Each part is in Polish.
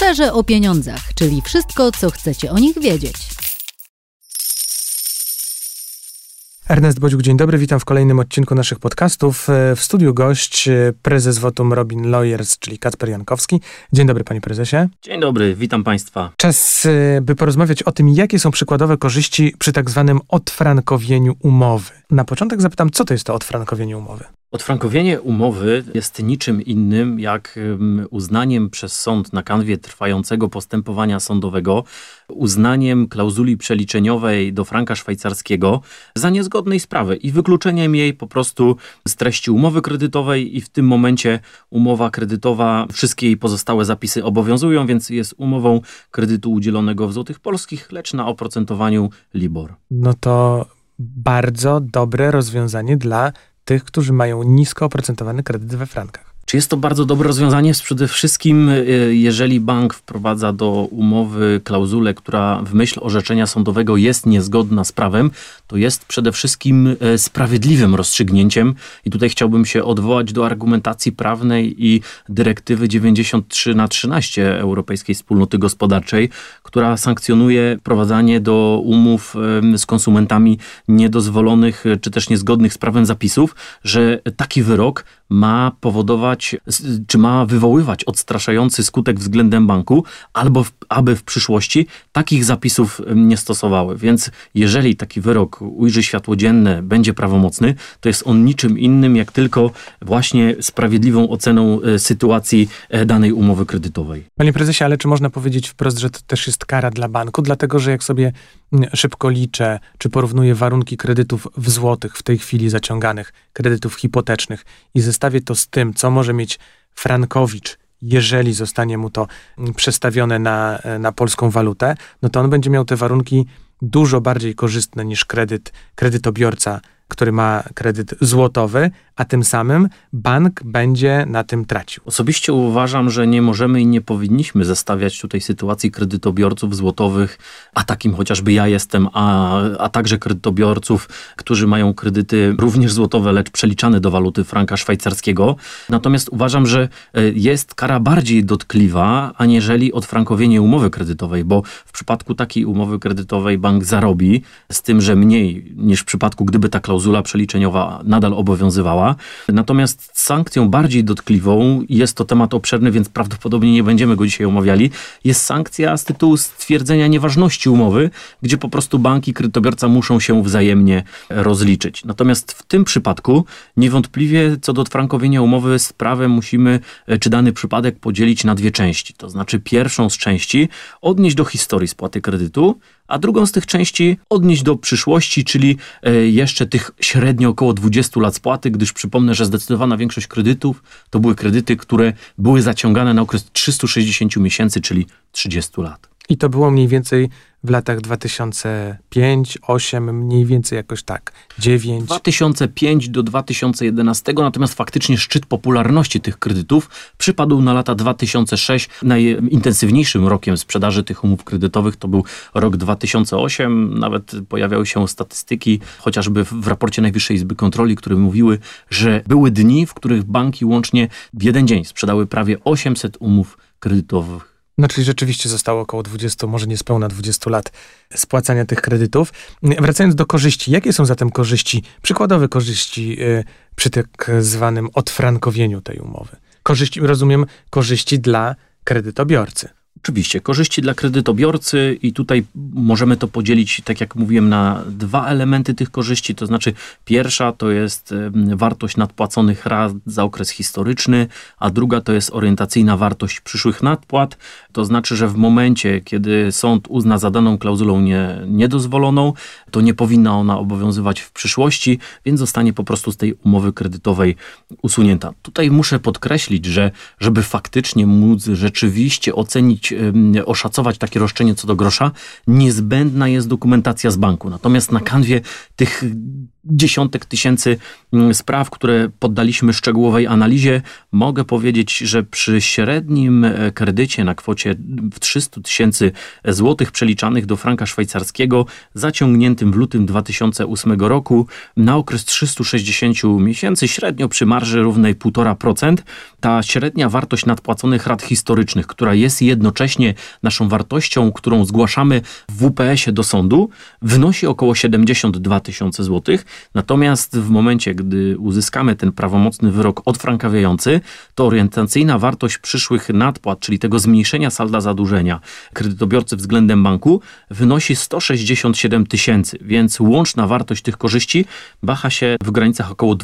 Szczerze o pieniądzach, czyli wszystko, co chcecie o nich wiedzieć. Ernest Bodziuk, dzień dobry, witam w kolejnym odcinku naszych podcastów. W studiu gość, prezes Votum Robin Lawyers, czyli Kacper Jankowski. Dzień dobry, panie prezesie. Dzień dobry, witam państwa. Czas, by porozmawiać o tym, jakie są przykładowe korzyści przy tak zwanym odfrankowieniu umowy. Na początek zapytam, co to jest to odfrankowienie umowy? Odfrankowienie umowy jest niczym innym jak uznaniem przez sąd na kanwie trwającego postępowania sądowego, uznaniem klauzuli przeliczeniowej do franka szwajcarskiego za niezgodnej sprawy i wykluczeniem jej po prostu z treści umowy kredytowej i w tym momencie umowa kredytowa, wszystkie jej pozostałe zapisy obowiązują, więc jest umową kredytu udzielonego w złotych polskich, lecz na oprocentowaniu LIBOR. No to bardzo dobre rozwiązanie dla tych, którzy mają nisko oprocentowany kredyt we frankach. Czy jest to bardzo dobre rozwiązanie? Przede wszystkim, jeżeli bank wprowadza do umowy klauzulę, która w myśl orzeczenia sądowego jest niezgodna z prawem, to jest przede wszystkim sprawiedliwym rozstrzygnięciem. I tutaj chciałbym się odwołać do argumentacji prawnej i dyrektywy 93/13 Europejskiej Wspólnoty Gospodarczej, która sankcjonuje wprowadzanie do umów z konsumentami niedozwolonych czy też niezgodnych z prawem zapisów, że taki wyrok ma powodować, czy ma wywoływać odstraszający skutek względem banku, albo aby w przyszłości takich zapisów nie stosowały. Więc jeżeli taki wyrok ujrzy światło dzienne, będzie prawomocny, to jest on niczym innym, jak tylko właśnie sprawiedliwą oceną sytuacji danej umowy kredytowej. Panie prezesie, ale czy można powiedzieć wprost, że to też jest kara dla banku? Dlatego, że jak sobie szybko liczę, czy porównuję warunki kredytów w złotych w tej chwili zaciąganych, kredytów hipotecznych i zestawię to z tym, co może mieć frankowicz, jeżeli zostanie mu to przestawione na polską walutę, no to on będzie miał te warunki dużo bardziej korzystne niż kredytobiorca, który ma kredyt złotowy, a tym samym bank będzie na tym tracił. Osobiście uważam, że nie możemy i nie powinniśmy zestawiać tutaj sytuacji kredytobiorców złotowych, a takim chociażby ja jestem, a także kredytobiorców, którzy mają kredyty również złotowe, lecz przeliczane do waluty franka szwajcarskiego. Natomiast uważam, że jest kara bardziej dotkliwa, aniżeli odfrankowienie umowy kredytowej, bo w przypadku takiej umowy kredytowej bank zarobi, z tym, że mniej niż w przypadku, gdyby ta klauzula przeliczeniowa nadal obowiązywała. Natomiast sankcją bardziej dotkliwą, jest to temat obszerny, więc prawdopodobnie nie będziemy go dzisiaj omawiali, jest sankcja z tytułu stwierdzenia nieważności umowy, gdzie po prostu bank i kredytobiorca muszą się wzajemnie rozliczyć. Natomiast w tym przypadku niewątpliwie co do odfrankowienia umowy sprawę musimy, czy dany przypadek podzielić na dwie części. To znaczy pierwszą z części odnieść do historii spłaty kredytu, a drugą z tych części odnieść do przyszłości, czyli jeszcze tych średnio około 20 lat spłaty, gdyż przypomnę, że zdecydowana większość kredytów to były kredyty, które były zaciągane na okres 360 miesięcy, czyli 30 lat. I to było mniej więcej w latach 2005, 2008, mniej więcej jakoś tak, 2009. 2005 do 2011, natomiast faktycznie szczyt popularności tych kredytów przypadł na lata 2006. Najintensywniejszym rokiem sprzedaży tych umów kredytowych to był rok 2008. Nawet pojawiały się statystyki, chociażby w raporcie Najwyższej Izby Kontroli, które mówiły, że były dni, w których banki łącznie w jeden dzień sprzedały prawie 800 umów kredytowych. No czyli rzeczywiście zostało około 20, może niespełna 20 lat spłacania tych kredytów. Wracając do korzyści, jakie są zatem korzyści, przykładowe korzyści przy tak zwanym odfrankowieniu tej umowy? Korzyści, rozumiem, korzyści dla kredytobiorcy. Oczywiście, korzyści dla kredytobiorcy i tutaj możemy to podzielić, tak jak mówiłem, na dwa elementy tych korzyści, to znaczy pierwsza to jest wartość nadpłaconych rat za okres historyczny, a druga to jest orientacyjna wartość przyszłych nadpłat, to znaczy, że w momencie, kiedy sąd uzna za daną klauzulą niedozwoloną, to nie powinna ona obowiązywać w przyszłości, więc zostanie po prostu z tej umowy kredytowej usunięta. Tutaj muszę podkreślić, że żeby faktycznie móc rzeczywiście ocenić, oszacować takie roszczenie co do grosza, niezbędna jest dokumentacja z banku. Natomiast na kanwie tych dziesiątek tysięcy spraw, które poddaliśmy szczegółowej analizie. Mogę powiedzieć, że przy średnim kredycie na kwocie 300 tysięcy złotych przeliczanych do franka szwajcarskiego, zaciągniętym w lutym 2008 roku na okres 360 miesięcy, średnio przy marży równej 1,5%, ta średnia wartość nadpłaconych rat historycznych, która jest jednocześnie naszą wartością, którą zgłaszamy w WPS-ie do sądu, wynosi około 72 tysiące złotych. Natomiast w momencie, gdy uzyskamy ten prawomocny wyrok odfrankawiający, to orientacyjna wartość przyszłych nadpłat, czyli tego zmniejszenia salda zadłużenia kredytobiorcy względem banku, wynosi 167 tysięcy, więc łączna wartość tych korzyści waha się w granicach około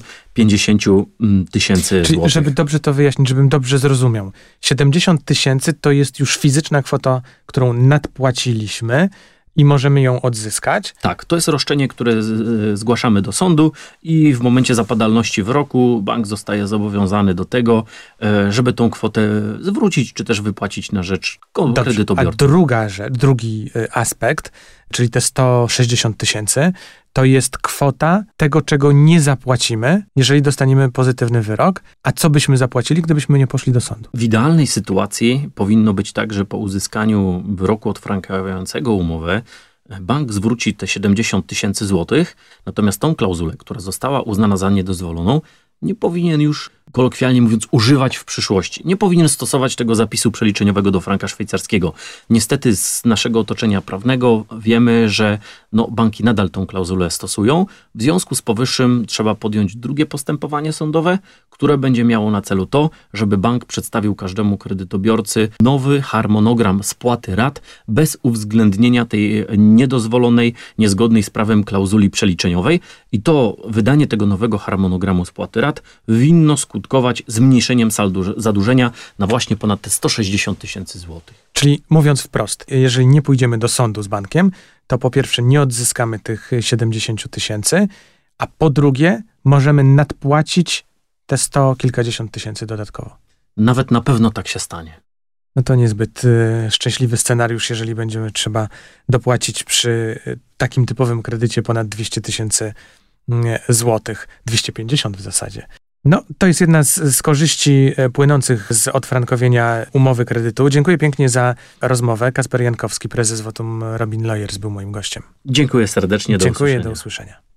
250 tysięcy Czyli, złotych. żeby dobrze to wyjaśnić, żebym dobrze zrozumiał, 70 tysięcy to jest już fizyczna kwota, którą nadpłaciliśmy i możemy ją odzyskać. Tak, to jest roszczenie, które zgłaszamy do sądu i w momencie zapadalności wyroku bank zostaje zobowiązany do tego, żeby tą kwotę zwrócić, czy też wypłacić na rzecz kredytobiorcy. A drugi aspekt, czyli te 160 tysięcy, to jest kwota tego, czego nie zapłacimy, jeżeli dostaniemy pozytywny wyrok. A co byśmy zapłacili, gdybyśmy nie poszli do sądu? W idealnej sytuacji powinno być tak, że po uzyskaniu wyroku odfrankawiającego umowę bank zwróci te 70 tysięcy złotych, natomiast tą klauzulę, która została uznana za niedozwoloną, nie powinien już, kolokwialnie mówiąc, używać w przyszłości. Nie powinien stosować tego zapisu przeliczeniowego do franka szwajcarskiego. Niestety z naszego otoczenia prawnego wiemy, że banki nadal tą klauzulę stosują. W związku z powyższym trzeba podjąć drugie postępowanie sądowe, które będzie miało na celu to, żeby bank przedstawił każdemu kredytobiorcy nowy harmonogram spłaty rat bez uwzględnienia tej niedozwolonej, niezgodnej z prawem klauzuli przeliczeniowej. I to wydanie tego nowego harmonogramu spłaty rat winno skutkować zmniejszeniem saldo zadłużenia na właśnie ponad te 160 tysięcy złotych. Czyli mówiąc wprost, jeżeli nie pójdziemy do sądu z bankiem, to po pierwsze nie odzyskamy tych 70 tysięcy, a po drugie możemy nadpłacić te 100 kilkadziesiąt tysięcy dodatkowo. Nawet na pewno tak się stanie. No to niezbyt szczęśliwy scenariusz, jeżeli będziemy trzeba dopłacić przy takim typowym kredycie ponad 200 tysięcy złotych, 250 w zasadzie. No, to jest jedna z korzyści płynących z odfrankowienia umowy kredytu. Dziękuję pięknie za rozmowę. Kasper Jankowski, prezes Votum Robin Lawyers był moim gościem. Dziękuję serdecznie. Dziękuję, do usłyszenia.